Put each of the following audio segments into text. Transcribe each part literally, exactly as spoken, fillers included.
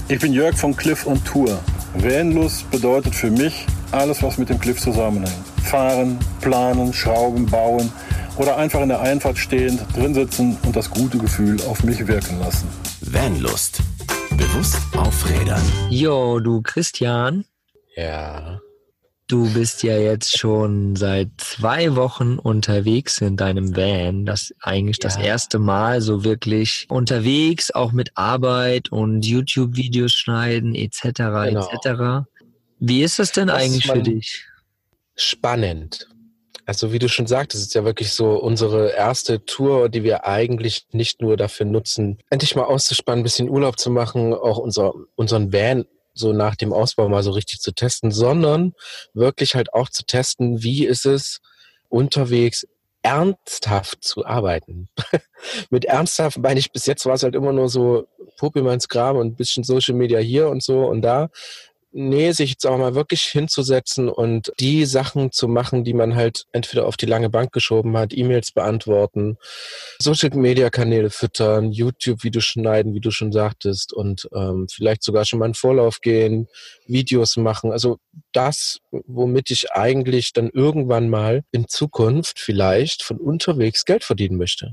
Ich bin Jörg von Cliff on Tour. Vanlust bedeutet für mich alles, was mit dem Cliff zusammenhängt. Fahren, planen, schrauben, bauen oder einfach in der Einfahrt stehend, drin sitzen und das gute Gefühl auf mich wirken lassen. Vanlust. Bewusst aufrädern. Jo, du Christian. Ja. Du bist ja jetzt schon seit zwei Wochen unterwegs in deinem Van. Das ist eigentlich ja. das erste Mal so wirklich unterwegs, auch mit Arbeit und YouTube-Videos schneiden et cetera genau. et cetera. Wie ist das denn das eigentlich für dich? Spannend. Also wie du schon sagtest, es ist ja wirklich so unsere erste Tour, die wir eigentlich nicht nur dafür nutzen, endlich mal auszuspannen, ein bisschen Urlaub zu machen, auch unser, unseren Van so nach dem Ausbau mal so richtig zu testen, sondern wirklich halt auch zu testen, wie ist es unterwegs ernsthaft zu arbeiten. Mit ernsthaft meine ich, bis jetzt war es halt immer nur so Popelmannskram und ein bisschen Social Media hier und so und da. Nee, sich jetzt auch mal wirklich hinzusetzen und die Sachen zu machen, die man halt entweder auf die lange Bank geschoben hat, E-Mails beantworten, Social-Media-Kanäle füttern, YouTube-Videos schneiden, wie du schon sagtest, und ähm, vielleicht sogar schon mal in Vorlauf gehen, Videos machen. Also das, womit ich eigentlich dann irgendwann mal in Zukunft vielleicht von unterwegs Geld verdienen möchte.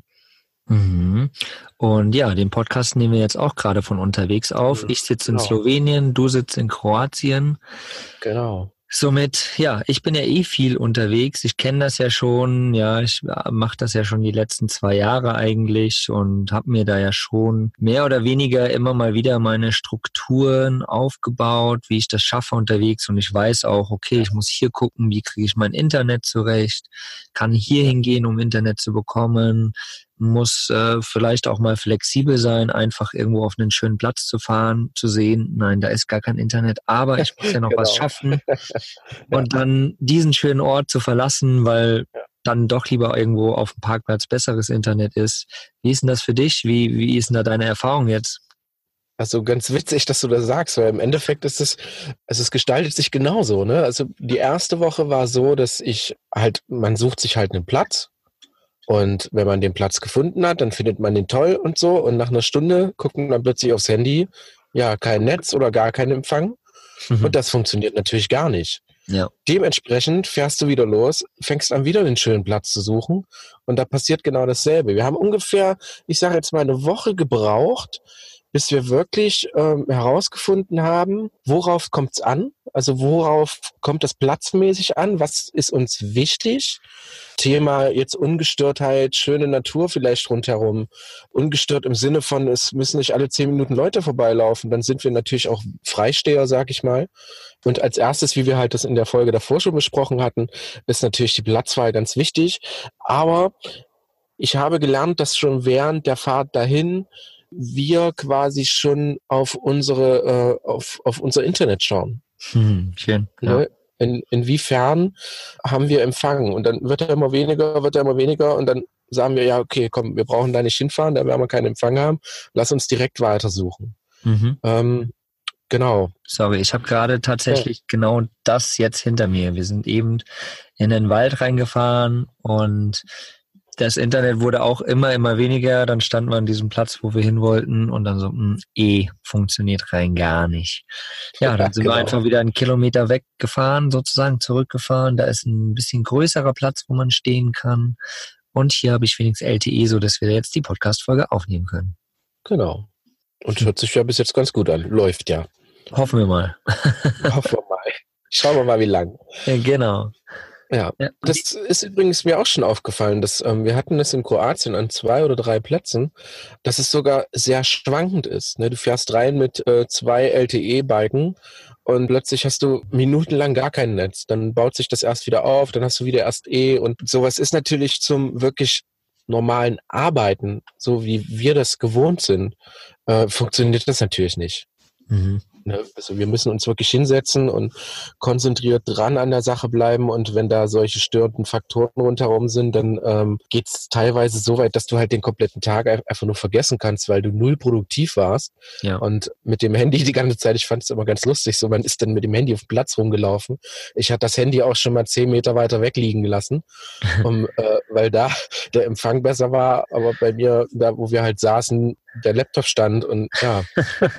Mhm. Und ja, den Podcast nehmen wir jetzt auch gerade von unterwegs auf. Ich sitze in genau. Slowenien, du sitzt in Kroatien. Genau. Somit, ja, ich bin ja eh viel unterwegs. Ich kenne das ja schon, ja, ich mache das ja schon die letzten zwei Jahre eigentlich und habe mir da ja schon mehr oder weniger immer mal wieder meine Strukturen aufgebaut, wie ich das schaffe unterwegs. Und ich weiß auch, okay, ich muss hier gucken, wie kriege ich mein Internet zurecht, kann hier hingehen, um Internet zu bekommen, muss äh, vielleicht auch mal flexibel sein, einfach irgendwo auf einen schönen Platz zu fahren, zu sehen, nein, da ist gar kein Internet, aber ich muss ja noch genau. was schaffen und ja. dann diesen schönen Ort zu verlassen, weil ja. dann doch lieber irgendwo auf dem Parkplatz besseres Internet ist. Wie ist denn das für dich? Wie, wie ist denn da deine Erfahrung jetzt? Also ganz witzig, dass du das sagst, weil im Endeffekt ist es, also es gestaltet sich genauso, ne? Also die erste Woche war so, dass ich halt, man sucht sich halt einen Platz. Und wenn man den Platz gefunden hat, dann findet man den toll und so. Und nach einer Stunde gucken dann plötzlich aufs Handy, ja, kein Netz oder gar kein Empfang. Mhm. Und das funktioniert natürlich gar nicht. Ja. Dementsprechend fährst du wieder los, fängst an, wieder den schönen Platz zu suchen. Und da passiert genau dasselbe. Wir haben ungefähr, ich sage jetzt mal, eine Woche gebraucht, bis wir wirklich ähm, herausgefunden haben, worauf kommt es an? Also worauf kommt das platzmäßig an? Was ist uns wichtig? Thema jetzt Ungestörtheit, schöne Natur vielleicht rundherum. Ungestört im Sinne von, es müssen nicht alle zehn Minuten Leute vorbeilaufen. Dann sind wir natürlich auch Freisteher, sag ich mal. Und als erstes, wie wir halt das in der Folge davor schon besprochen hatten, ist natürlich die Platzwahl ganz wichtig. Aber ich habe gelernt, dass schon während der Fahrt dahin wir quasi schon auf unsere äh, auf, auf unser Internet schauen. Hm, schön. Ja. Ne? In, inwiefern haben wir Empfang? Und dann wird er immer weniger, wird er immer weniger und dann sagen wir, ja, okay, komm, wir brauchen da nicht hinfahren, da werden wir keinen Empfang haben. Lass uns direkt weitersuchen. Mhm. Ähm, genau. Sorry, ich habe gerade tatsächlich ja. genau das jetzt hinter mir. Wir sind eben in den Wald reingefahren und das Internet wurde auch immer, immer weniger. Dann standen wir an diesem Platz, wo wir hin wollten und dann so, mh, eh, funktioniert rein gar nicht. Ja, dann sind genau. wir einfach wieder einen Kilometer weggefahren, sozusagen zurückgefahren. Da ist ein bisschen größerer Platz, wo man stehen kann. Und hier habe ich wenigstens L T E, so dass wir jetzt die Podcast-Folge aufnehmen können. Genau. Und hört sich ja bis jetzt ganz gut an. Läuft ja. Hoffen wir mal. Hoffen wir mal. Schauen wir mal, wie lang. Ja, genau. Ja, ja, das ist übrigens mir auch schon aufgefallen, dass ähm, wir hatten das in Kroatien an zwei oder drei Plätzen, dass es sogar sehr schwankend ist. Ne? Du fährst rein mit äh, zwei L T E-Balken und plötzlich hast du minutenlang gar kein Netz. Dann baut sich das erst wieder auf, dann hast du wieder erst E und sowas ist natürlich zum wirklich normalen Arbeiten, so wie wir das gewohnt sind, äh, funktioniert das natürlich nicht. Mhm. Also wir müssen uns wirklich hinsetzen und konzentriert dran an der Sache bleiben und wenn da solche störenden Faktoren rundherum sind, dann ähm, geht es teilweise so weit, dass du halt den kompletten Tag einfach nur vergessen kannst, weil du null produktiv warst. Ja. Und mit dem Handy die ganze Zeit, ich fand es immer ganz lustig, so man ist dann mit dem Handy auf dem Platz rumgelaufen. Ich hatte das Handy auch schon mal zehn Meter weiter weg liegen gelassen, um, äh, weil da der Empfang besser war, aber bei mir, da wo wir halt saßen, der Laptop stand und ja...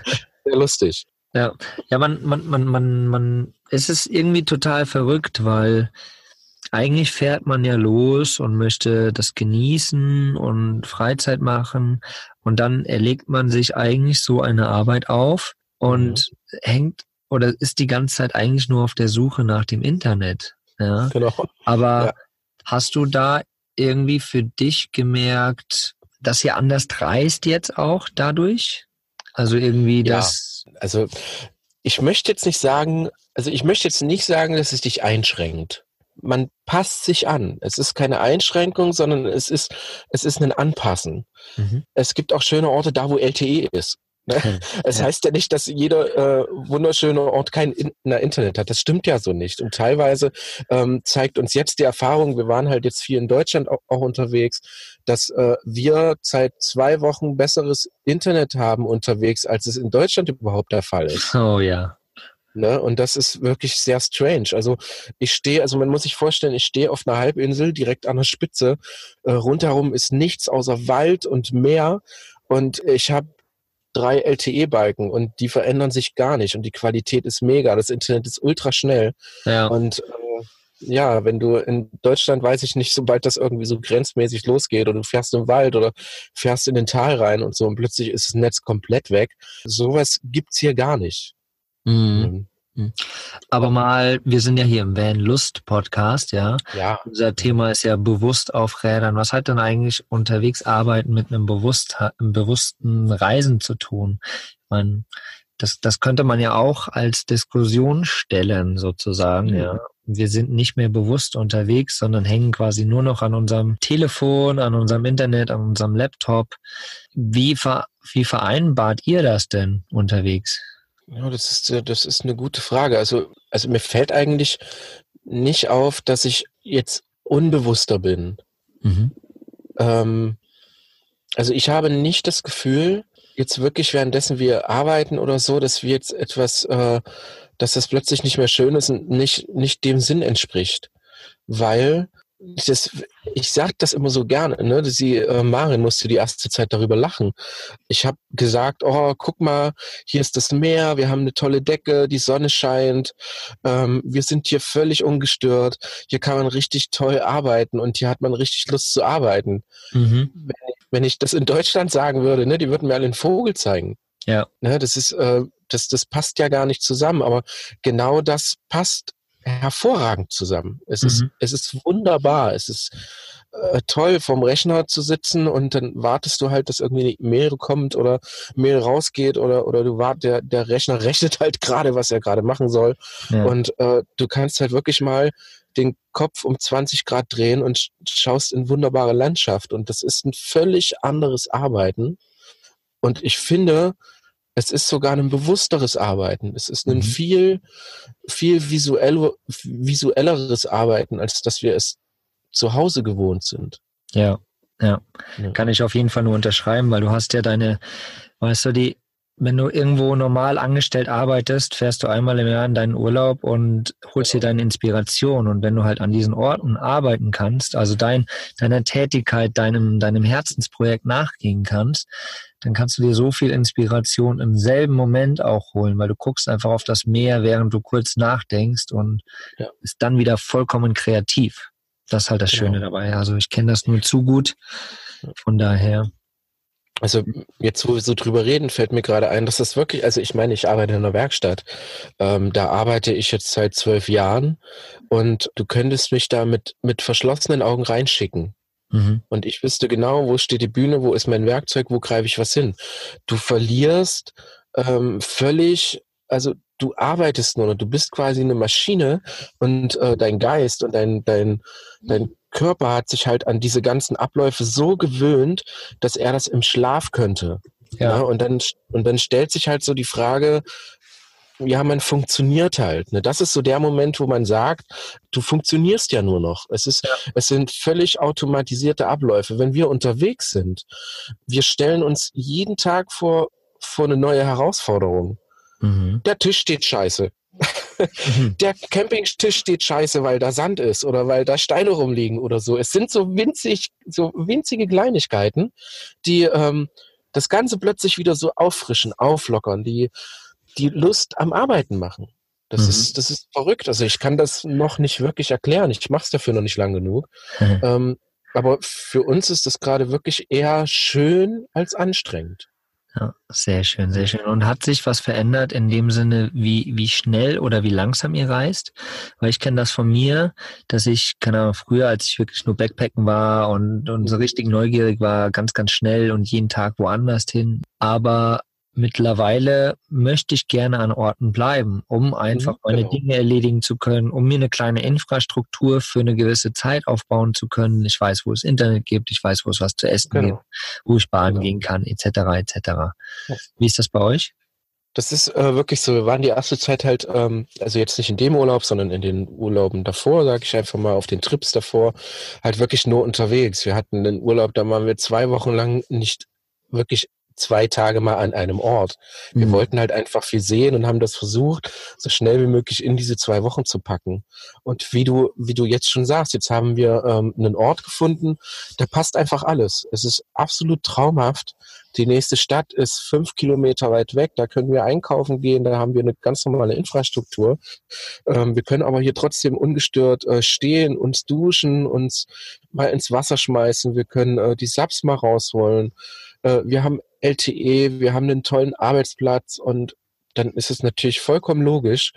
sehr lustig. Ja, ja, man, man, man, man, man, es ist irgendwie total verrückt, weil eigentlich fährt man ja los und möchte das genießen und Freizeit machen und dann erlegt man sich eigentlich so eine Arbeit auf und mhm. hängt oder ist die ganze Zeit eigentlich nur auf der Suche nach dem Internet. Ja, genau. Aber ja. hast du da irgendwie für dich gemerkt, dass ihr anders reist jetzt auch dadurch? Also irgendwie ja. das... Also ich möchte jetzt nicht sagen, also ich möchte jetzt nicht sagen, dass es dich einschränkt. Man passt sich an. Es ist keine Einschränkung, sondern es ist, es ist ein Anpassen. Mhm. Es gibt auch schöne Orte da, wo L T E ist. Ne? Hm. Es ja. heißt ja nicht, dass jeder äh, wunderschöne Ort kein In- na, Internet hat. Das stimmt ja so nicht. Und teilweise ähm, zeigt uns jetzt die Erfahrung, wir waren halt jetzt viel in Deutschland auch, auch unterwegs, dass äh, wir seit zwei Wochen besseres Internet haben unterwegs, als es in Deutschland überhaupt der Fall ist. Oh ja. Ne? Und das ist wirklich sehr strange. Also ich stehe, also man muss sich vorstellen, ich stehe auf einer Halbinsel direkt an der Spitze. Äh, rundherum ist nichts außer Wald und Meer. Und ich habe drei L T E-Balken und die verändern sich gar nicht und die Qualität ist mega. Das Internet ist ultra schnell. Ja. Und äh, ja, wenn du in Deutschland, weiß ich nicht, sobald das irgendwie so grenzmäßig losgeht oder du fährst im Wald oder fährst in den Tal rein und so und plötzlich ist das Netz komplett weg. Sowas gibt's hier gar nicht. Mhm. Mhm. Aber mal, wir sind ja hier im Van Lust Podcast, ja. Ja. Unser Thema ist ja bewusst auf Rädern. Was hat denn eigentlich unterwegs arbeiten mit einem, bewusst, einem bewussten Reisen zu tun? Ich meine, das, das könnte man ja auch als Diskussion stellen, sozusagen, mhm. ja. Wir sind nicht mehr bewusst unterwegs, sondern hängen quasi nur noch an unserem Telefon, an unserem Internet, an unserem Laptop. Wie, ver, wie vereinbart ihr das denn unterwegs? Ja, das ist, das ist eine gute Frage. Also, also mir fällt eigentlich nicht auf, dass ich jetzt unbewusster bin. Mhm. Ähm, also ich habe nicht das Gefühl, jetzt wirklich währenddessen wir arbeiten oder so, dass wir jetzt etwas, äh, dass das plötzlich nicht mehr schön ist und nicht, nicht dem Sinn entspricht. Weil das, ich sage das immer so gerne, ne? Sie, äh, Marin musste die erste Zeit darüber lachen. Ich habe gesagt, oh, guck mal, hier ist das Meer, wir haben eine tolle Decke, die Sonne scheint, ähm, wir sind hier völlig ungestört, hier kann man richtig toll arbeiten und hier hat man richtig Lust zu arbeiten. Mhm. Wenn, wenn ich das in Deutschland sagen würde, ne, die würden mir alle einen Vogel zeigen. Ja. Ne, das ist, äh, das, das passt ja gar nicht zusammen, aber genau das passt hervorragend zusammen. Es mhm. ist, es ist wunderbar. Es ist äh, toll, vorm Rechner zu sitzen und dann wartest du halt, dass irgendwie eine Mail kommt oder Mail rausgeht oder, oder du wart, der, der Rechner rechnet halt gerade, was er gerade machen soll. Ja. Und äh, du kannst halt wirklich mal den Kopf um zwanzig Grad drehen und schaust in wunderbare Landschaft. Und das ist ein völlig anderes Arbeiten. Und ich finde, es ist sogar ein bewussteres Arbeiten. Es ist ein mhm. viel, viel visuell, visuelleres Arbeiten, als dass wir es zu Hause gewohnt sind. Ja, ja, ja. Kann ich auf jeden Fall nur unterschreiben, weil du hast ja deine, weißt du, die, wenn du irgendwo normal angestellt arbeitest, fährst du einmal im Jahr in deinen Urlaub und holst dir deine Inspiration. Und wenn du halt an diesen Orten arbeiten kannst, also dein, deiner Tätigkeit, deinem, deinem Herzensprojekt nachgehen kannst, dann kannst du dir so viel Inspiration im selben Moment auch holen, weil du guckst einfach auf das Meer, während du kurz nachdenkst und ja. bist dann wieder vollkommen kreativ. Das ist halt das Schöne genau. dabei. Also ich kenne das nur zu gut. Von daher. Also jetzt, wo wir so drüber reden, fällt mir gerade ein, dass das wirklich, also ich meine, ich arbeite in einer Werkstatt. Ähm, da arbeite ich jetzt seit zwölf Jahren und du könntest mich da mit, mit verschlossenen Augen reinschicken. Mhm. Und ich wüsste genau, wo steht die Bühne, wo ist mein Werkzeug, wo greife ich was hin. Du verlierst ähm, völlig, also du arbeitest nur, du bist quasi eine Maschine und äh, dein Geist und dein, dein, dein Körper hat sich halt an diese ganzen Abläufe so gewöhnt, dass er das im Schlaf könnte. Ja. Ja, und dann, und dann stellt sich halt so die Frage, ja, man funktioniert halt. Ne? Das ist so der Moment, wo man sagt, du funktionierst ja nur noch. Es ist, ja. es sind völlig automatisierte Abläufe. Wenn wir unterwegs sind, wir stellen uns jeden Tag vor, vor eine neue Herausforderung. Mhm. Der Tisch steht scheiße. Mhm. Der Campingtisch steht scheiße, weil da Sand ist oder weil da Steine rumliegen oder so. Es sind so winzig, so winzige Kleinigkeiten, die, ähm, das Ganze plötzlich wieder so auffrischen, auflockern, die, die Lust am Arbeiten machen. Das mhm. ist, das ist verrückt. Also ich kann das noch nicht wirklich erklären. Ich mache es dafür noch nicht lang genug. Mhm. Ähm, aber für uns ist das gerade wirklich eher schön als anstrengend. Ja, sehr schön, sehr schön. Und hat sich was verändert in dem Sinne, wie, wie schnell oder wie langsam ihr reist? Weil ich kenne das von mir, dass ich, keine Ahnung, früher, als ich wirklich nur Backpacken war und, und so richtig neugierig war, ganz, ganz schnell und jeden Tag woanders hin. Aber mittlerweile möchte ich gerne an Orten bleiben, um einfach meine genau. Dinge erledigen zu können, um mir eine kleine Infrastruktur für eine gewisse Zeit aufbauen zu können. Ich weiß, wo es Internet gibt, ich weiß, wo es was zu essen genau. gibt, wo ich baden genau. gehen kann, et cetera et cetera. Ja. Wie ist das bei euch? Das ist äh, wirklich so, wir waren die erste Zeit halt, ähm, also jetzt nicht in dem Urlaub, sondern in den Urlauben davor, sage ich einfach mal, auf den Trips davor, halt wirklich nur unterwegs. Wir hatten einen Urlaub, da waren wir zwei Wochen lang nicht wirklich zwei Tage mal an einem Ort. Wir mhm. wollten halt einfach viel sehen und haben das versucht, so schnell wie möglich in diese zwei Wochen zu packen. Und wie du, wie du jetzt schon sagst, jetzt haben wir ähm, einen Ort gefunden, da passt einfach alles. Es ist absolut traumhaft. Die nächste Stadt ist fünf Kilometer weit weg, da können wir einkaufen gehen, da haben wir eine ganz normale Infrastruktur. Ähm, wir können aber hier trotzdem ungestört äh, stehen, uns duschen, uns mal ins Wasser schmeißen, wir können äh, die Subs mal rausholen. Äh, wir haben L T E, wir haben einen tollen Arbeitsplatz und dann ist es natürlich vollkommen logisch,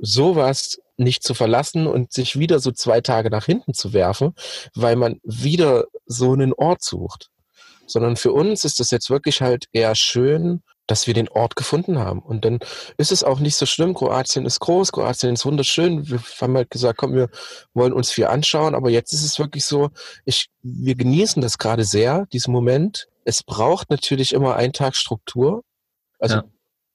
sowas nicht zu verlassen und sich wieder so zwei Tage nach hinten zu werfen, weil man wieder so einen Ort sucht. Sondern für uns ist es jetzt wirklich halt eher schön, dass wir den Ort gefunden haben. Und dann ist es auch nicht so schlimm. Kroatien ist groß, Kroatien ist wunderschön. Wir haben halt gesagt, komm, wir wollen uns viel anschauen. Aber jetzt ist es wirklich so, ich, wir genießen das gerade sehr, diesen Moment. Es braucht natürlich immer einen Tag Struktur. Also ja.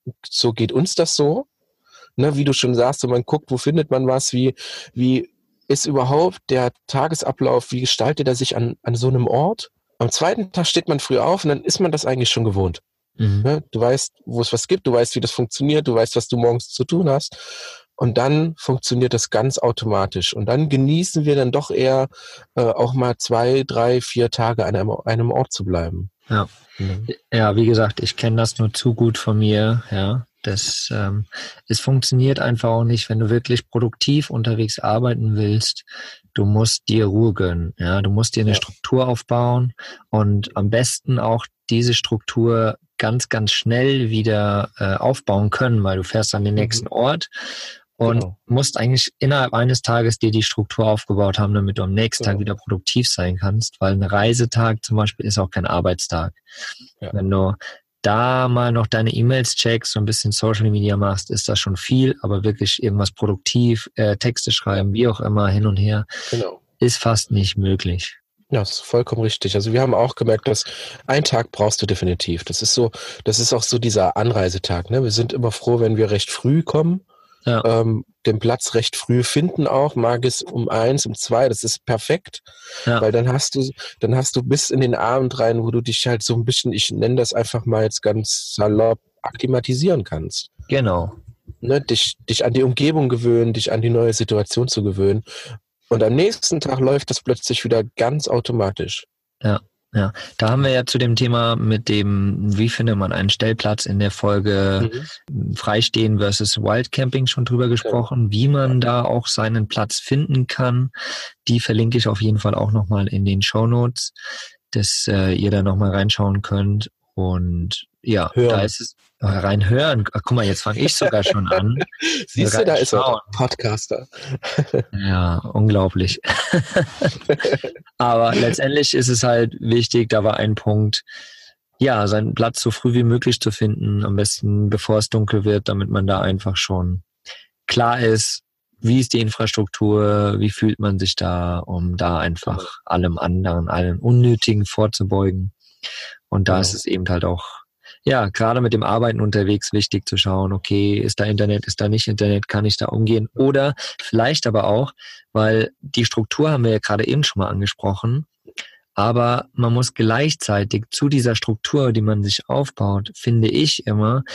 so geht uns das so. Ne, wie du schon sagst, man guckt, wo findet man was, wie, wie ist überhaupt der Tagesablauf, wie gestaltet er sich an, an so einem Ort? Am zweiten Tag steht man früh auf und dann ist man das eigentlich schon gewohnt. Mhm. Ne, du weißt, wo es was gibt, du weißt, wie das funktioniert, du weißt, was du morgens zu tun hast. Und dann funktioniert das ganz automatisch. Und dann genießen wir dann doch eher äh, auch mal zwei, drei, vier Tage an einem, einem Ort zu bleiben. Ja, mhm. ja, wie gesagt, ich kenne das nur zu gut von mir, ja. Das, ähm, es funktioniert einfach auch nicht, wenn du wirklich produktiv unterwegs arbeiten willst. Du musst dir Ruhe gönnen, ja. Du musst dir eine ja. Struktur aufbauen und am besten auch diese Struktur ganz, ganz schnell wieder äh, aufbauen können, weil du fährst an den nächsten mhm. Ort und genau. musst eigentlich innerhalb eines Tages dir die Struktur aufgebaut haben, damit du am nächsten genau. Tag wieder produktiv sein kannst, weil ein Reisetag zum Beispiel ist auch kein Arbeitstag. Ja. Wenn du da mal noch deine E-Mails checkst, so ein bisschen Social Media machst, ist das schon viel, aber wirklich irgendwas produktiv, äh, Texte schreiben, wie auch immer, hin und her, genau. ist fast nicht möglich. Ja, das ist vollkommen richtig. Also wir haben auch gemerkt, dass einen Tag brauchst du definitiv. Das ist so, das ist auch so dieser Anreisetag, ne? Wir sind immer froh, wenn wir recht früh kommen, ja. ähm, den Platz recht früh finden auch, mag es um eins, um zwei, das ist perfekt, ja. weil dann hast du, dann hast du bis in den Abend rein, wo du dich halt so ein bisschen, ich nenne das einfach mal jetzt ganz salopp, akklimatisieren kannst. Genau. Ne, dich, dich an die Umgebung gewöhnen, dich an die neue Situation zu gewöhnen. Und am nächsten Tag läuft das plötzlich wieder ganz automatisch. Ja. Ja, da haben wir ja zu dem Thema mit dem, wie findet man einen Stellplatz in der Folge mhm. Freistehen versus Wildcamping schon drüber gesprochen, wie man da auch seinen Platz finden kann. Die verlinke ich auf jeden Fall auch nochmal in den Shownotes, dass äh, ihr da nochmal reinschauen könnt. Und ja, hören. Da ist es äh, rein hören. Ach, guck mal, jetzt fange ich sogar schon an. Siehst du, da ist er, Podcaster. Ja, unglaublich. Aber letztendlich ist es halt wichtig, da war ein Punkt, ja, seinen Platz so früh wie möglich zu finden, am besten bevor es dunkel wird, damit man da einfach schon klar ist, wie ist die Infrastruktur, wie fühlt man sich da, um da einfach allem anderen, allem Unnötigen vorzubeugen. Und da ja. ist es eben halt auch, ja, gerade mit dem Arbeiten unterwegs wichtig zu schauen, okay, ist da Internet, ist da nicht Internet, kann ich da umgehen? Oder vielleicht aber auch, weil die Struktur haben wir ja gerade eben schon mal angesprochen, aber man muss gleichzeitig zu dieser Struktur, die man sich aufbaut, finde ich immer,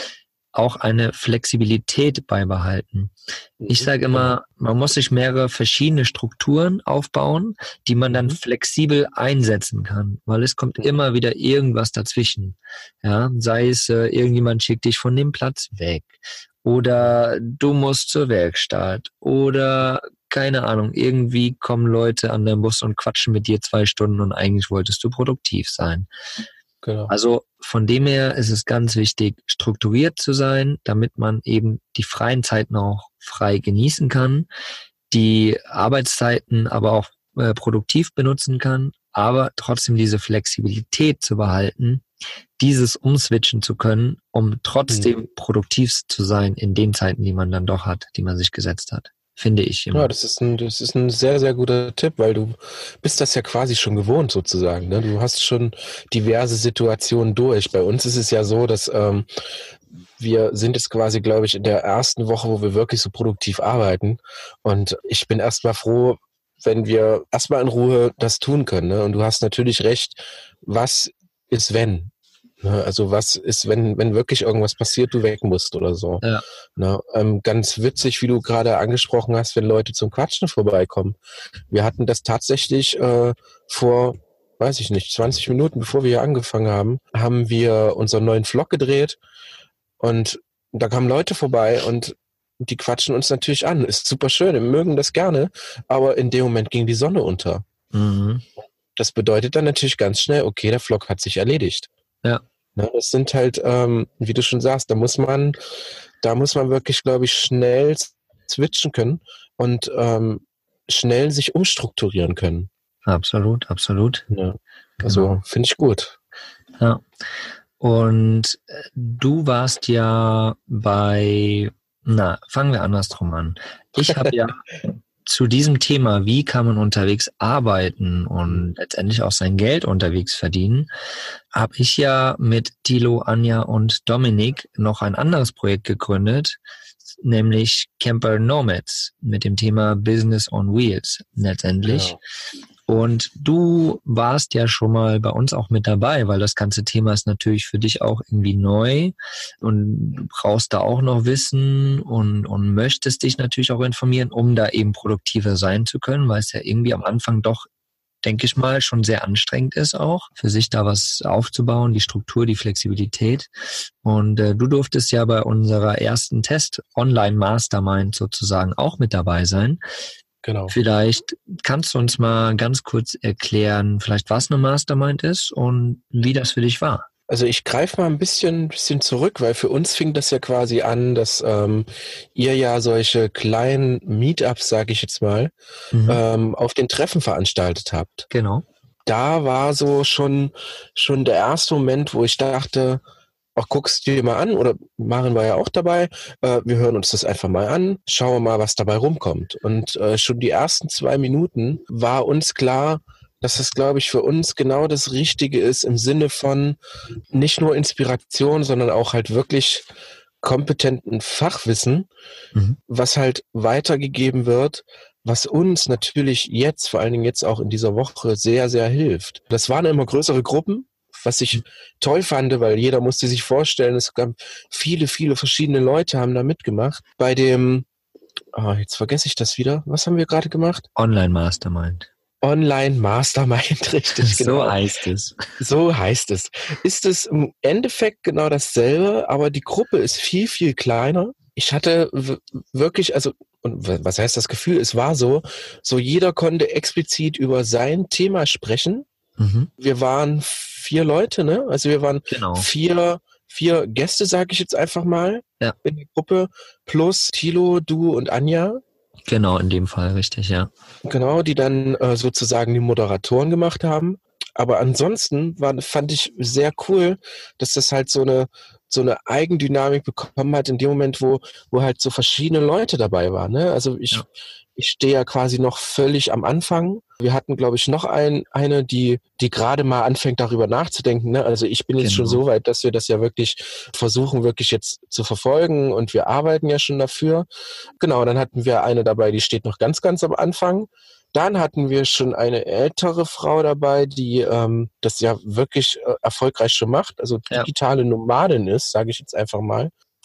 auch eine Flexibilität beibehalten. Ich sage immer, man muss sich mehrere verschiedene Strukturen aufbauen, die man dann flexibel einsetzen kann, weil es kommt immer wieder irgendwas dazwischen. Ja, sei es, äh, irgendjemand schickt dich von dem Platz weg oder du musst zur Werkstatt oder keine Ahnung, irgendwie kommen Leute an den Bus und quatschen mit dir zwei Stunden und eigentlich wolltest du produktiv sein. Genau. Also von dem her ist es ganz wichtig, strukturiert zu sein, damit man eben die freien Zeiten auch frei genießen kann, die Arbeitszeiten aber auch äh, produktiv benutzen kann, aber trotzdem diese Flexibilität zu behalten, dieses umswitchen zu können, um trotzdem mhm. produktiv zu sein in den Zeiten, die man dann doch hat, die man sich gesetzt hat. Finde ich immer. Ja, das ist ein, das ist ein sehr, sehr guter Tipp, weil du bist das ja quasi schon gewohnt sozusagen. Ne? Du hast schon diverse Situationen durch. Bei uns ist es ja so, dass ähm, wir sind jetzt quasi, glaube ich, in der ersten Woche, wo wir wirklich so produktiv arbeiten. Und ich bin erstmal froh, wenn wir erstmal in Ruhe das tun können. Ne? Und du hast natürlich recht, was ist wenn? Also was ist, wenn wenn wirklich irgendwas passiert, du weg musst oder so. Ja. Na, ähm, ganz witzig, wie du gerade angesprochen hast, wenn Leute zum Quatschen vorbeikommen. Wir hatten das tatsächlich äh, vor, weiß ich nicht, zwanzig Minuten, bevor wir hier angefangen haben, haben wir unseren neuen Vlog gedreht und da kamen Leute vorbei und die quatschen uns natürlich an. Ist super schön, wir mögen das gerne, aber in dem Moment ging die Sonne unter. Mhm. Das bedeutet dann natürlich ganz schnell, okay, der Vlog hat sich erledigt. Ja. Ja, das sind halt, ähm, wie du schon sagst, da muss man, da muss man wirklich, glaube ich, schnell switchen können und ähm, schnell sich umstrukturieren können. Absolut, absolut. Ja. Also Genau. finde ich gut. Ja. Und du warst ja bei, na, fangen wir andersrum an. Ich habe ja zu diesem Thema, wie kann man unterwegs arbeiten und letztendlich auch sein Geld unterwegs verdienen, habe ich ja mit Thilo, Anja und Dominik noch ein anderes Projekt gegründet, nämlich Camper Nomads mit dem Thema Business on Wheels letztendlich. Genau. Und du warst ja schon mal bei uns auch mit dabei, weil das ganze Thema ist natürlich für dich auch irgendwie neu und du brauchst da auch noch Wissen und, und möchtest dich natürlich auch informieren, um da eben produktiver sein zu können, weil es ja irgendwie am Anfang doch, denke ich mal, schon sehr anstrengend ist auch, für sich da was aufzubauen, die Struktur, die Flexibilität. Und äh, du durftest ja bei unserer ersten Test-Online-Mastermind sozusagen auch mit dabei sein. Genau. Vielleicht kannst du uns mal ganz kurz erklären, vielleicht was eine Mastermind ist und wie das für dich war. Also ich greife mal ein bisschen, bisschen zurück, weil für uns fing das ja quasi an, dass ähm, ihr ja solche kleinen Meetups, sage ich jetzt mal, mhm. ähm, auf den Treffen veranstaltet habt. Genau. Da war so schon, schon der erste Moment, wo ich dachte, ach, guckst du dir mal an, oder Maren war ja auch dabei, äh, wir hören uns das einfach mal an, schauen wir mal, was dabei rumkommt. Und äh, schon die ersten zwei Minuten war uns klar, dass das, glaube ich, für uns genau das Richtige ist im Sinne von nicht nur Inspiration, sondern auch halt wirklich kompetenten Fachwissen, mhm. was halt weitergegeben wird, was uns natürlich jetzt, vor allen Dingen jetzt auch in dieser Woche, sehr, sehr hilft. Das waren immer größere Gruppen, was ich toll fand, weil jeder musste sich vorstellen, es gab viele, viele verschiedene Leute haben da mitgemacht. Bei dem, oh, jetzt vergesse ich das wieder, was haben wir gerade gemacht? Online-Mastermind. Online-Mastermind, richtig, genau. So heißt es. So heißt es. Ist es im Endeffekt genau dasselbe, aber die Gruppe ist viel, viel kleiner. Ich hatte w- wirklich, also, und was heißt das Gefühl? Es war so, so jeder konnte explizit über sein Thema sprechen. Mhm. Wir waren vier Leute, ne? Also wir waren genau. vier, vier Gäste, sage ich jetzt einfach mal, ja. in der Gruppe, plus Thilo, du und Anja. Genau, in dem Fall, richtig, ja. Genau, die dann äh, sozusagen die Moderatoren gemacht haben. Aber ansonsten war, fand ich sehr cool, dass das halt so eine so eine Eigendynamik bekommen hat in dem Moment, wo wo halt so verschiedene Leute dabei waren. Ne? Also ich ja. ich stehe ja quasi noch völlig am Anfang. Wir hatten, glaube ich, noch ein, eine, die die gerade mal anfängt, darüber nachzudenken. Ne? Also ich bin jetzt genau. schon so weit, dass wir das ja wirklich versuchen, wirklich jetzt zu verfolgen und wir arbeiten ja schon dafür. Genau, dann hatten wir eine dabei, die steht noch ganz, ganz am Anfang. Dann hatten wir schon eine ältere Frau dabei, die ähm, das ja wirklich äh, erfolgreich schon macht, also digitale ja. Nomadin ist, sage ich jetzt einfach mal.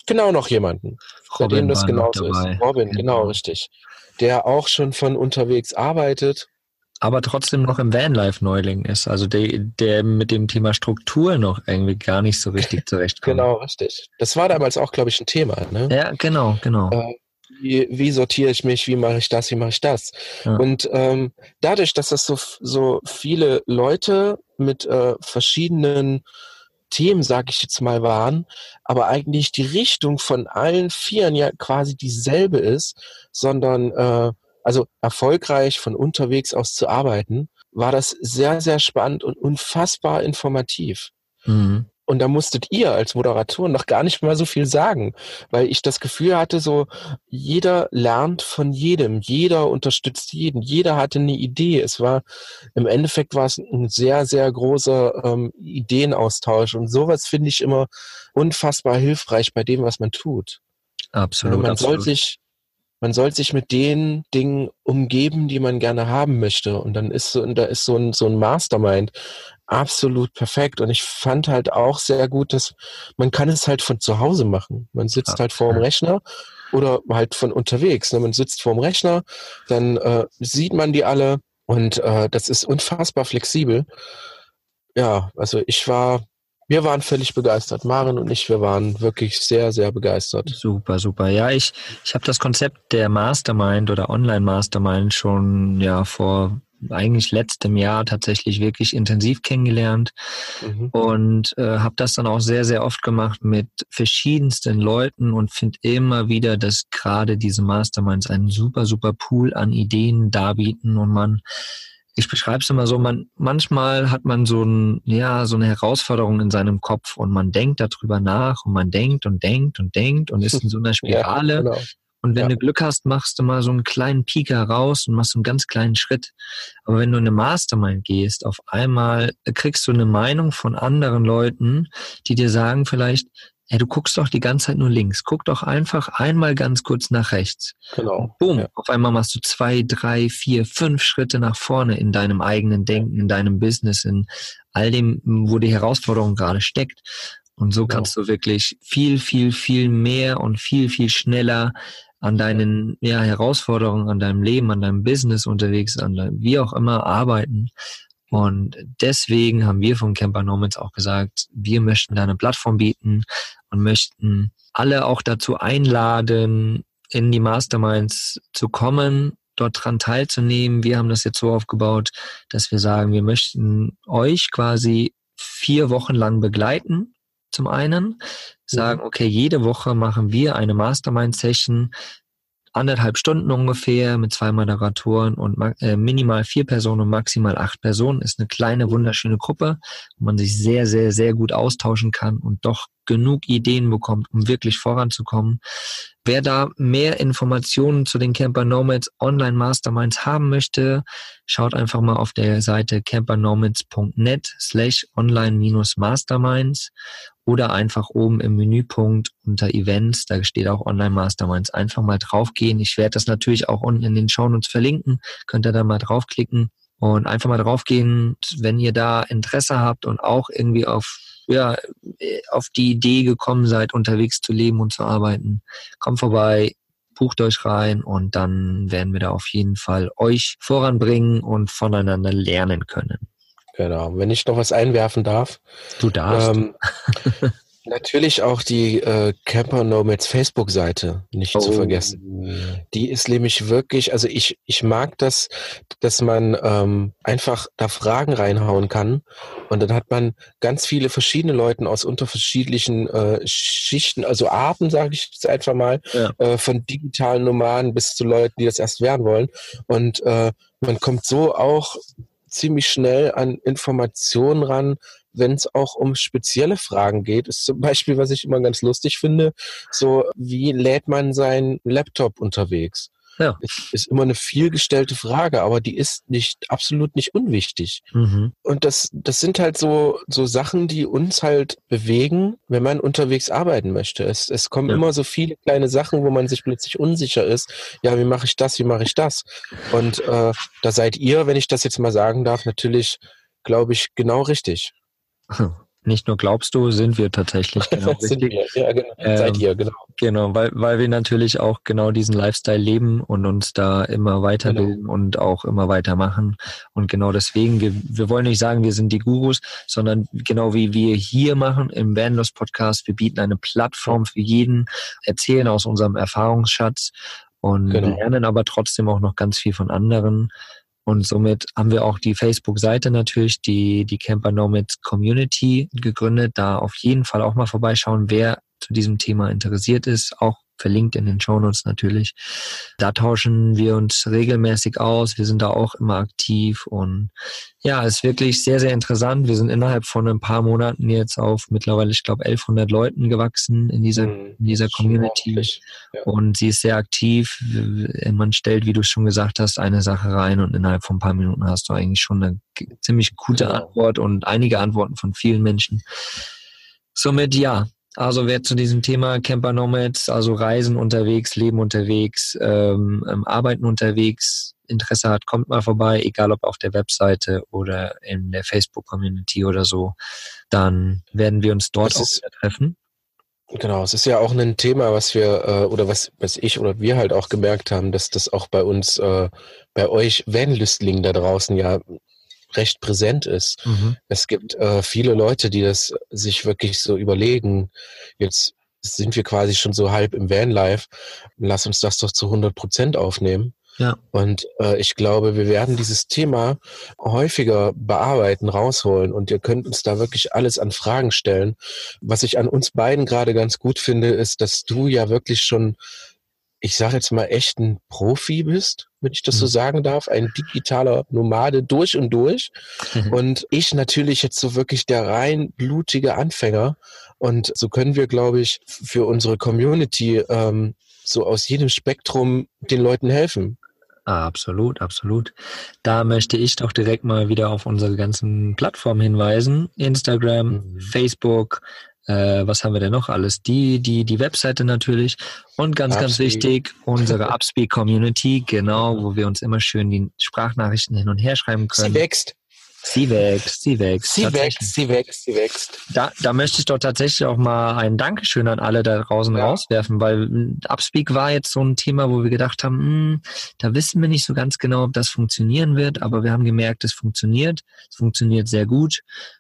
genau noch jemanden, bei dem Robin das war noch genauso dabei. ist. Robin, genau, Genau. richtig. Der auch schon von unterwegs arbeitet. Aber trotzdem noch im Vanlife-Neuling ist. Also der, der mit dem Thema Struktur noch irgendwie gar nicht so richtig zurechtkommt. Genau, richtig. Das war damals auch, glaube ich, ein Thema. Ne? Ja, genau, genau. Äh, wie, wie sortiere ich mich, wie mache ich das, wie mache ich das? Ja. Und ähm, dadurch, dass das so, so viele Leute mit äh, verschiedenen Themen, sage ich jetzt mal, waren, aber eigentlich die Richtung von allen Vieren ja quasi dieselbe ist, sondern äh, also erfolgreich von unterwegs aus zu arbeiten, war das sehr, sehr spannend und unfassbar informativ. Mhm. Und da musstet ihr als Moderatoren noch gar nicht mal so viel sagen, weil ich das Gefühl hatte, so jeder lernt von jedem, jeder unterstützt jeden, jeder hatte eine Idee. Es war, im Endeffekt war es ein sehr, sehr großer ähm, Ideenaustausch und sowas finde ich immer unfassbar hilfreich bei dem, was man tut. Absolut, Ja, man absolut. soll sich Man soll sich mit den Dingen umgeben, die man gerne haben möchte. Und dann ist so, da ist so ein, so ein Mastermind absolut perfekt. Und ich fand halt auch sehr gut, dass man kann es halt von zu Hause machen. Man sitzt halt vor dem Rechner oder halt von unterwegs. Ne? Man sitzt vor dem Rechner, dann äh, sieht man die alle und äh, das ist unfassbar flexibel. Ja, also ich war, wir waren völlig begeistert. Maren und ich, wir waren wirklich sehr, sehr begeistert. Super, super. Ja, ich, ich habe das Konzept der Mastermind oder Online-Mastermind schon ja vor eigentlich letztem Jahr tatsächlich wirklich intensiv kennengelernt Mhm. und äh, habe das dann auch sehr, sehr oft gemacht mit verschiedensten Leuten und finde immer wieder, dass gerade diese Masterminds einen super, super Pool an Ideen darbieten und man ich beschreibe es immer so, man, manchmal hat man so ein, ja, so eine Herausforderung in seinem Kopf und man denkt darüber nach und man denkt und denkt und denkt und ist in so einer Spirale. Ja, genau. Und wenn Ja. du Glück hast, machst du mal so einen kleinen Pieker raus und machst so einen ganz kleinen Schritt. Aber wenn du in eine Mastermind gehst, auf einmal kriegst du eine Meinung von anderen Leuten, die dir sagen vielleicht, hey, du guckst doch die ganze Zeit nur links. Guck doch einfach einmal ganz kurz nach rechts. Genau. Boom, Ja. auf einmal machst du zwei, drei, vier, fünf Schritte nach vorne in deinem eigenen Denken, in deinem Business, in all dem, wo die Herausforderung gerade steckt. Und so Genau. kannst du wirklich viel, viel, viel mehr und viel, viel schneller an deinen ja, Herausforderungen, an deinem Leben, an deinem Business unterwegs, an deinem, wie auch immer arbeiten. Und deswegen haben wir von Camper Nomads auch gesagt, wir möchten da eine Plattform bieten und möchten alle auch dazu einladen, in die Masterminds zu kommen, dort dran teilzunehmen. Wir haben das jetzt so aufgebaut, dass wir sagen, wir möchten euch quasi vier Wochen lang begleiten. Zum einen sagen, okay, jede Woche machen wir eine Mastermind-Session, anderthalb Stunden ungefähr mit zwei Moderatoren und äh, minimal vier Personen und maximal acht Personen. Ist eine kleine, wunderschöne Gruppe, wo man sich sehr, sehr, sehr gut austauschen kann und doch genug Ideen bekommt, um wirklich voranzukommen. Wer da mehr Informationen zu den Camper Nomads Online Masterminds haben möchte, schaut einfach mal auf der Seite campernomads.net slash online minus masterminds oder einfach oben im Menüpunkt unter Events, da steht auch Online Masterminds, einfach mal draufgehen. Ich werde das natürlich auch unten in den Shownotes verlinken, könnt ihr da mal draufklicken und einfach mal draufgehen, wenn ihr da Interesse habt und auch irgendwie auf ja, auf die Idee gekommen seid, unterwegs zu leben und zu arbeiten. Kommt vorbei, bucht euch rein und dann werden wir da auf jeden Fall euch voranbringen und voneinander lernen können. Genau. Wenn ich noch was einwerfen darf. Du darfst. Ähm, natürlich auch die äh, Camper Nomads Facebook-Seite nicht oh. zu vergessen. Die ist nämlich wirklich, also ich ich mag das, dass man ähm, einfach da Fragen reinhauen kann und dann hat man ganz viele verschiedene Leute aus unterschiedlichen äh, Schichten, also Arten, sage ich jetzt einfach mal, Ja. äh, von digitalen Nomaden bis zu Leuten, die das erst werden wollen. Und äh, man kommt so auch ziemlich schnell an Informationen ran, wenn es auch um spezielle Fragen geht. Ist zum Beispiel, was ich immer ganz lustig finde, so wie lädt man seinen Laptop unterwegs? Ja. Ist, ist immer eine vielgestellte Frage, aber die ist nicht absolut nicht unwichtig. Mhm. Und das das sind halt so so Sachen, die uns halt bewegen, wenn man unterwegs arbeiten möchte. Es es kommen Ja. immer so viele kleine Sachen, wo man sich plötzlich unsicher ist. Ja, wie mache ich das? Wie mache ich das? Und äh, da seid ihr, wenn ich das jetzt mal sagen darf, natürlich, glaube ich, genau richtig. nicht nur glaubst du, sind wir tatsächlich genau sind richtig. wir. Ja, genau. Ähm, Seid ihr, genau. Genau, weil, weil wir natürlich auch genau diesen Lifestyle leben und uns da immer weiterbilden genau. und auch immer weitermachen. Und genau deswegen, wir, wir wollen nicht sagen, wir sind die Gurus, sondern genau wie wir hier machen im Vanlust Podcast, wir bieten eine Plattform für jeden, erzählen aus unserem Erfahrungsschatz und genau. lernen aber trotzdem auch noch ganz viel von anderen. Und somit haben wir auch die Facebook-Seite natürlich, die, die Camper Nomads Community gegründet. Da auf jeden Fall auch mal vorbeischauen, wer zu diesem Thema interessiert ist, auch verlinkt in den Shownotes natürlich. Da tauschen wir uns regelmäßig aus. Wir sind da auch immer aktiv und ja, ist wirklich sehr, sehr interessant. Wir sind innerhalb von ein paar Monaten jetzt auf mittlerweile, ich glaube, elfhundert Leuten gewachsen in dieser, in dieser Community. Ja. Und sie ist sehr aktiv. Man stellt, wie du es schon gesagt hast, eine Sache rein und innerhalb von ein paar Minuten hast du eigentlich schon eine ziemlich gute genau. Antwort und einige Antworten von vielen Menschen. Somit ja. Also wer zu diesem Thema Camper Nomads, also Reisen unterwegs, Leben unterwegs, ähm, Arbeiten unterwegs, Interesse hat, kommt mal vorbei, egal ob auf der Webseite oder in der Facebook-Community oder so, dann werden wir uns dort das auch ist, wieder treffen. Genau, es ist ja auch ein Thema, was wir, äh, oder was, was ich oder wir halt auch gemerkt haben, dass das auch bei uns, äh, bei euch Vanlüstlingen da draußen ja recht präsent ist. Mhm. Es gibt äh, viele Leute, die das sich wirklich so überlegen, jetzt sind wir quasi schon so halb im Vanlife, lass uns das doch zu hundert Prozent aufnehmen. Ja. Und äh, ich glaube, wir werden dieses Thema häufiger bearbeiten, rausholen und ihr könnt uns da wirklich alles an Fragen stellen. Was ich an uns beiden gerade ganz gut finde, ist, dass du ja wirklich schon, ich sage jetzt mal, echt ein Profi bist, wenn ich das so sagen darf, ein digitaler Nomade durch und durch. Mhm. Und ich natürlich jetzt so wirklich der rein blutige Anfänger. Und so können wir, glaube ich, für unsere Community ähm, so aus jedem Spektrum den Leuten helfen. Ah, absolut, absolut. Da möchte ich doch direkt mal wieder auf unsere ganzen Plattformen hinweisen. Instagram, mhm. Facebook, Äh, was haben wir denn noch alles? Die, die, die Webseite natürlich und ganz, Upspeak. ganz wichtig, unsere Upspeak Community, genau, wo wir uns immer schön die Sprachnachrichten hin und her schreiben können. Sie wächst. Sie wächst, sie wächst. Sie wächst, sie wächst, sie wächst. Da, da möchte ich doch tatsächlich auch mal ein Dankeschön an alle da draußen ja. rauswerfen, weil Upspeak war jetzt so ein Thema, wo wir gedacht haben, mh, da wissen wir nicht so ganz genau, ob das funktionieren wird, aber wir haben gemerkt, es funktioniert. Es funktioniert sehr gut.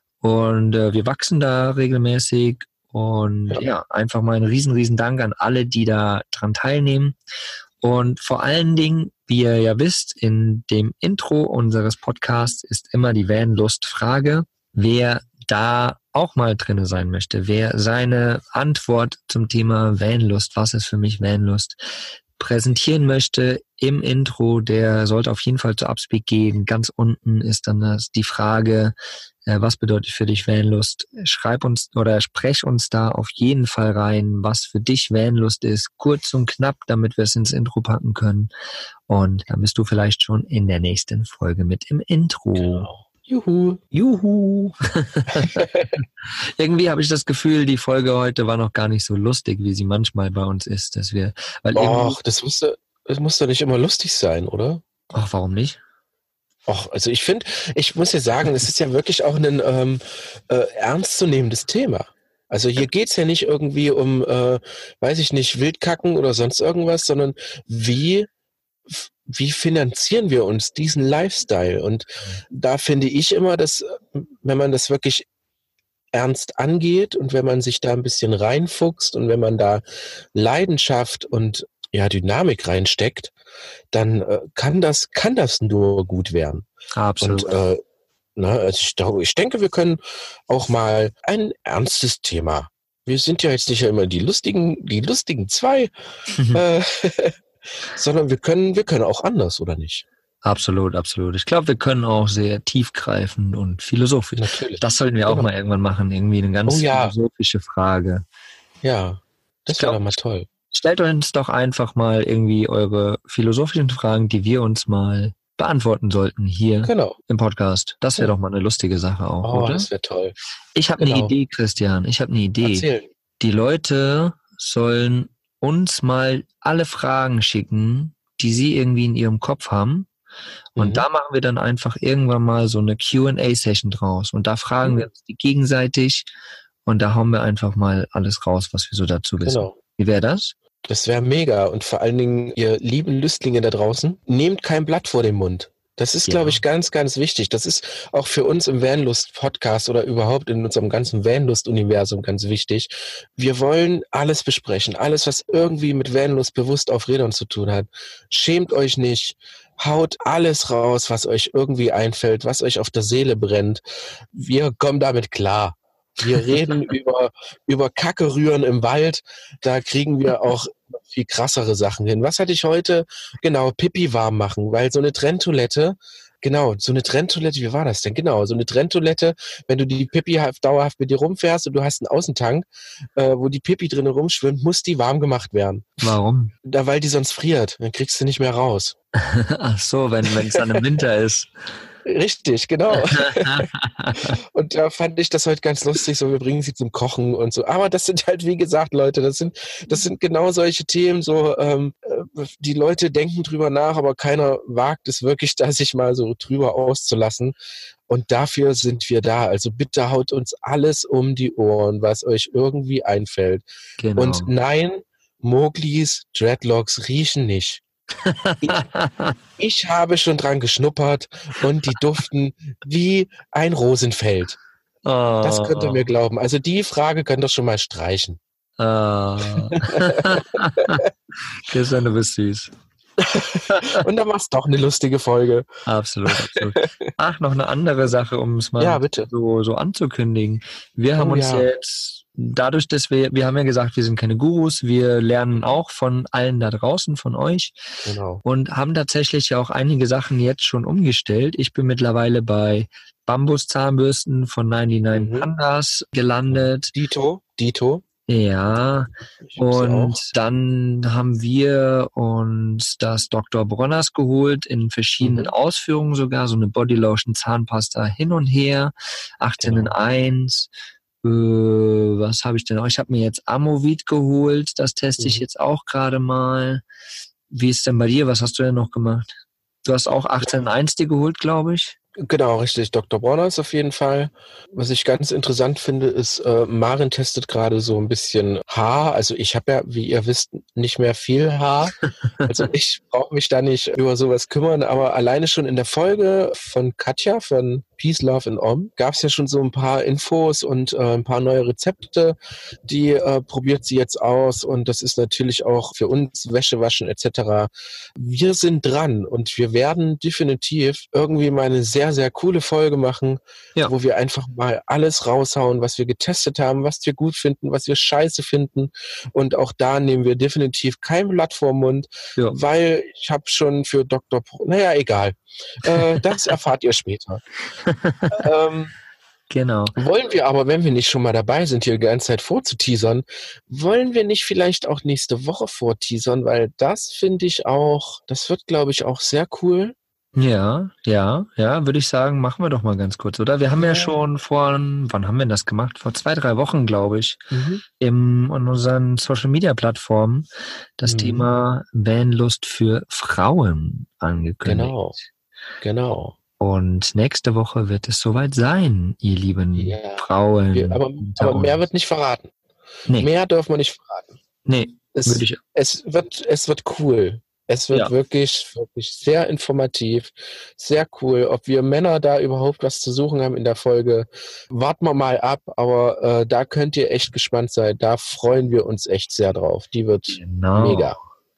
Und äh, wir wachsen da regelmäßig und ja. ja, einfach mal einen riesen, riesen Dank an alle, die da dran teilnehmen. Und vor allen Dingen, wie ihr ja wisst, in dem Intro unseres Podcasts ist immer die Vanlust-Frage, wer da auch mal drin sein möchte, wer seine Antwort zum Thema Vanlust, was ist für mich Vanlust, präsentieren möchte im Intro, der sollte auf jeden Fall zu Upspeak gehen. Ganz unten ist dann das, die Frage, äh, was bedeutet für dich Vanlust? Schreib uns oder sprech uns da auf jeden Fall rein, was für dich Vanlust ist. Kurz und knapp, damit wir es ins Intro packen können. Und dann bist du vielleicht schon in der nächsten Folge mit im Intro. Genau. Juhu. Juhu. Irgendwie habe ich das Gefühl, die Folge heute war noch gar nicht so lustig, wie sie manchmal bei uns ist, dass wir, weil Och, das muss, das muss doch nicht immer lustig sein, oder? Ach, warum nicht? Och, also ich finde, ich muss ja sagen, es ist ja wirklich auch ein ähm, äh, ernstzunehmendes Thema. Also hier geht's ja nicht irgendwie um, äh, weiß ich nicht, Wildkacken oder sonst irgendwas, sondern wie wie finanzieren wir uns diesen Lifestyle? Und da finde ich immer, dass, wenn man das wirklich ernst angeht und wenn man sich da ein bisschen reinfuchst und wenn man da Leidenschaft und ja, Dynamik reinsteckt, dann äh, kann das, kann das nur gut werden. Absolut. Und äh, na, also ich, ich denke, wir können auch mal ein ernstes Thema. Wir sind ja jetzt nicht immer die lustigen, die lustigen zwei, äh, sondern wir können, wir können auch anders, oder nicht? Absolut, absolut. Ich glaube, wir können auch sehr tiefgreifend und philosophisch. Natürlich. Das sollten wir auch genau. mal irgendwann machen. Irgendwie eine ganz oh, ja. philosophische Frage. Ja, das wäre doch mal toll. Stellt uns doch einfach mal irgendwie eure philosophischen Fragen, die wir uns mal beantworten sollten hier genau. im Podcast. Das wäre ja. doch mal eine lustige Sache auch, oh, oder? Das wäre toll. Ich habe genau. eine Idee, Christian. Ich habe eine Idee. Erzähl. Die Leute sollen uns mal alle Fragen schicken, die sie irgendwie in ihrem Kopf haben. Und Mhm. da machen wir dann einfach irgendwann mal so eine Q and A-Session draus. Und da fragen Mhm. wir uns die gegenseitig und da hauen wir einfach mal alles raus, was wir so dazu wissen. Genau. Wie wäre das? Das wäre mega. Und vor allen Dingen, ihr lieben Lüstlinge da draußen, nehmt kein Blatt vor den Mund. Das ist, Ja. glaube ich, ganz, ganz wichtig. Das ist auch für uns im Vanlust-Podcast oder überhaupt in unserem ganzen Vanlust-Universum ganz wichtig. Wir wollen alles besprechen. Alles, was irgendwie mit Vanlust bewusst auf Rädern zu tun hat. Schämt euch nicht. Haut alles raus, was euch irgendwie einfällt, was euch auf der Seele brennt. Wir kommen damit klar. Wir reden über, über Kacke rühren im Wald. Da kriegen wir auch viel krassere Sachen hin. Was hatte ich heute? Genau, Pipi warm machen, weil so eine Trenntoilette, genau, so eine Trenntoilette, wie war das denn? Genau, so eine Trenntoilette, wenn du die Pipi dauerhaft mit dir rumfährst und du hast einen Außentank, äh, wo die Pipi drinnen rumschwimmt, muss die warm gemacht werden. Warum? Da, weil die sonst friert. Dann kriegst du nicht mehr raus. Ach so, wenn wenn es dann im Winter ist. Richtig, genau. Und da fand ich das heute ganz lustig, so wir bringen sie zum Kochen und so. Aber das sind halt, wie gesagt, Leute, das sind, das sind genau solche Themen, so ähm, die Leute denken drüber nach, aber keiner wagt es wirklich, da sich mal so drüber auszulassen. Und dafür sind wir da. Also bitte haut uns alles um die Ohren, was euch irgendwie einfällt. Genau. Und nein, Moglis Dreadlocks riechen nicht. Ich, ich habe schon dran geschnuppert und die duften wie ein Rosenfeld. Oh. Das könnt ihr mir glauben. Also die Frage könnt ihr schon mal streichen. Oh. Christian, du bist süß. Und dann machst du doch eine lustige Folge. Absolut, absolut. Ach, noch eine andere Sache, um es mal Ja, bitte. so, so anzukündigen. Wir haben Oh, uns ja. jetzt, dadurch, dass wir, wir haben ja gesagt, wir sind keine Gurus, wir lernen auch von allen da draußen, von euch. Genau. Und haben tatsächlich ja auch einige Sachen jetzt schon umgestellt. Ich bin mittlerweile bei Bambus-Zahnbürsten von neunundneunzig Mhm. Pandas gelandet. Dito, Dito. Ja, Ich hab sie und auch. dann haben wir uns das Doktor Bronners geholt, in verschiedenen Mhm. Ausführungen sogar, so eine Bodylotion, Zahnpasta hin und her, achtzehn in Genau. eins. Äh, was habe ich denn auch? Ich habe mir jetzt Amovid geholt, das teste ich Mhm. jetzt auch gerade mal. Wie ist denn bei dir? Was hast du denn noch gemacht? Du hast auch achtzehn in eins dir geholt, glaube ich. Genau, richtig. Doktor Bronner ist auf jeden Fall. Was ich ganz interessant finde, ist, äh, Maren testet gerade so ein bisschen Haar. Also ich habe ja, wie ihr wisst, nicht mehr viel Haar. Also ich brauche mich da nicht über sowas kümmern. Aber alleine schon in der Folge von Katja, von Peace, Love and Om, gab es ja schon so ein paar Infos und äh, ein paar neue Rezepte. Die äh, probiert sie jetzt aus. Und das ist natürlich auch für uns Wäsche waschen et cetera. Wir sind dran und wir werden definitiv irgendwie mal eine sehr, sehr coole Folge machen, Ja. wo wir einfach mal alles raushauen, was wir getestet haben, was wir gut finden, was wir scheiße finden. Und auch da nehmen wir definitiv kein Blatt vorm Mund, Ja. weil ich habe schon für Doktor Pro, naja, egal. Äh, das erfahrt ihr später. ähm, Genau. wollen wir aber, wenn wir nicht schon mal dabei sind, hier die ganze Zeit vorzuteasern, wollen wir nicht vielleicht auch nächste Woche vorteasern, weil das finde ich auch, das wird, glaube ich, auch sehr cool. Ja, ja, ja, würde ich sagen, machen wir doch mal ganz kurz, oder? Wir haben ja, Ja. schon vor, wann haben wir das gemacht? Vor zwei, drei Wochen, glaube ich, Mhm. im, in unseren Social-Media-Plattformen das Mhm. Thema Vanlust für Frauen angekündigt. Genau, genau. Und nächste Woche wird es soweit sein, ihr lieben Ja. Frauen. Wir, aber unter aber mehr uns. wird nicht verraten. Nee, Mehr dürfen wir nicht verraten. nee, Es, würde ich, es, wird, es wird cool. Es wird Ja. wirklich, wirklich sehr informativ, sehr cool. Ob wir Männer da überhaupt was zu suchen haben in der Folge, warten wir mal ab. Aber äh, da könnt ihr echt gespannt sein. Da freuen wir uns echt sehr drauf. Die wird genau. mega.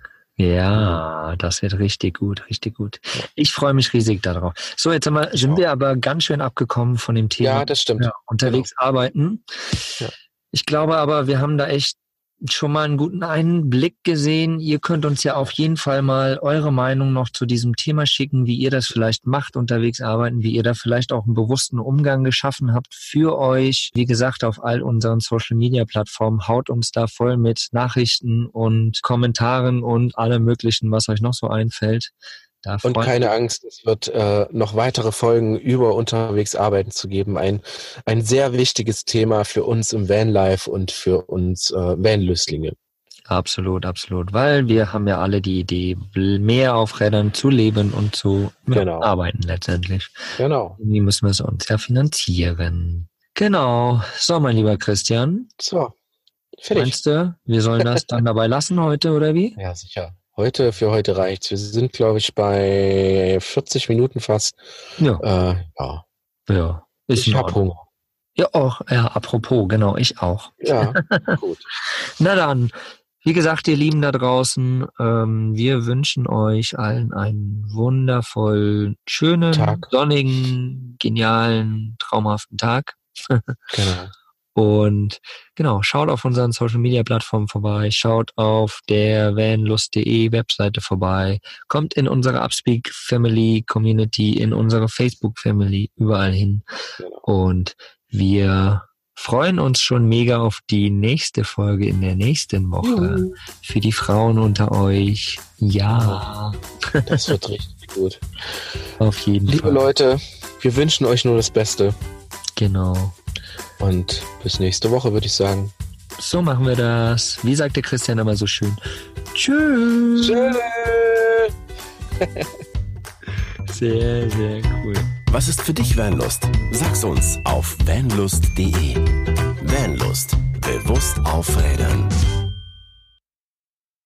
Ja, das wird richtig gut, richtig gut. Ich freue mich riesig darauf. So, jetzt haben wir, sind auch. wir aber ganz schön abgekommen von dem Thema Ja, das stimmt. ja, unterwegs arbeiten. Ja. Ich glaube aber, wir haben da echt schon mal einen guten Einblick gesehen. Ihr könnt uns ja auf jeden Fall mal eure Meinung noch zu diesem Thema schicken, wie ihr das vielleicht macht, unterwegs arbeiten, wie ihr da vielleicht auch einen bewussten Umgang geschaffen habt für euch. Wie gesagt, auf all unseren Social-Media-Plattformen haut uns da voll mit Nachrichten und Kommentaren und allem Möglichen, was euch noch so einfällt. Da Und freuen keine Angst, es wird äh, noch weitere Folgen über unterwegs arbeiten zu geben. Ein, ein sehr wichtiges Thema für uns im Vanlife und für uns äh, Vanlüstlinge. Absolut, absolut. Weil wir haben ja alle die Idee, mehr auf Rädern zu leben und zu Genau. arbeiten letztendlich. Genau. Wie müssen wir es uns ja finanzieren? Genau. So, mein lieber Christian. So, fertig. Meinst du, wir sollen das dann dabei lassen heute, oder wie? Ja, sicher. Heute, für heute reicht's. Wir sind, glaube ich, bei vierzig Minuten fast. Ja. Äh, ja. Ja. Ist Ich in hab Ordnung. Hunger. Ja, auch. Ja, apropos, genau, ich auch. Ja, gut. Na dann, wie gesagt, ihr Lieben da draußen, ähm, wir wünschen euch allen einen wundervoll schönen, Tag. sonnigen, genialen, traumhaften Tag. Genau. Und genau, schaut auf unseren Social-Media-Plattformen vorbei, schaut auf der vanlust punkt de Webseite vorbei, kommt in unsere Upspeak Family Community, in unsere Facebook Family, überall hin. Genau. Und wir freuen uns schon mega auf die nächste Folge in der nächsten Woche. Juhu. Für die Frauen unter euch. Ja. Das wird richtig gut. Auf jeden Liebe Fall. Leute, wir wünschen euch nur das Beste. Genau. Und bis nächste Woche, würde ich sagen. So machen wir das. Wie sagt der Christian immer so schön? Tschüss. Tschüss. Sehr, sehr cool. Was ist für dich Vanlust? Sag's uns auf vanlust punkt de. Vanlust. Bewusst aufrädern.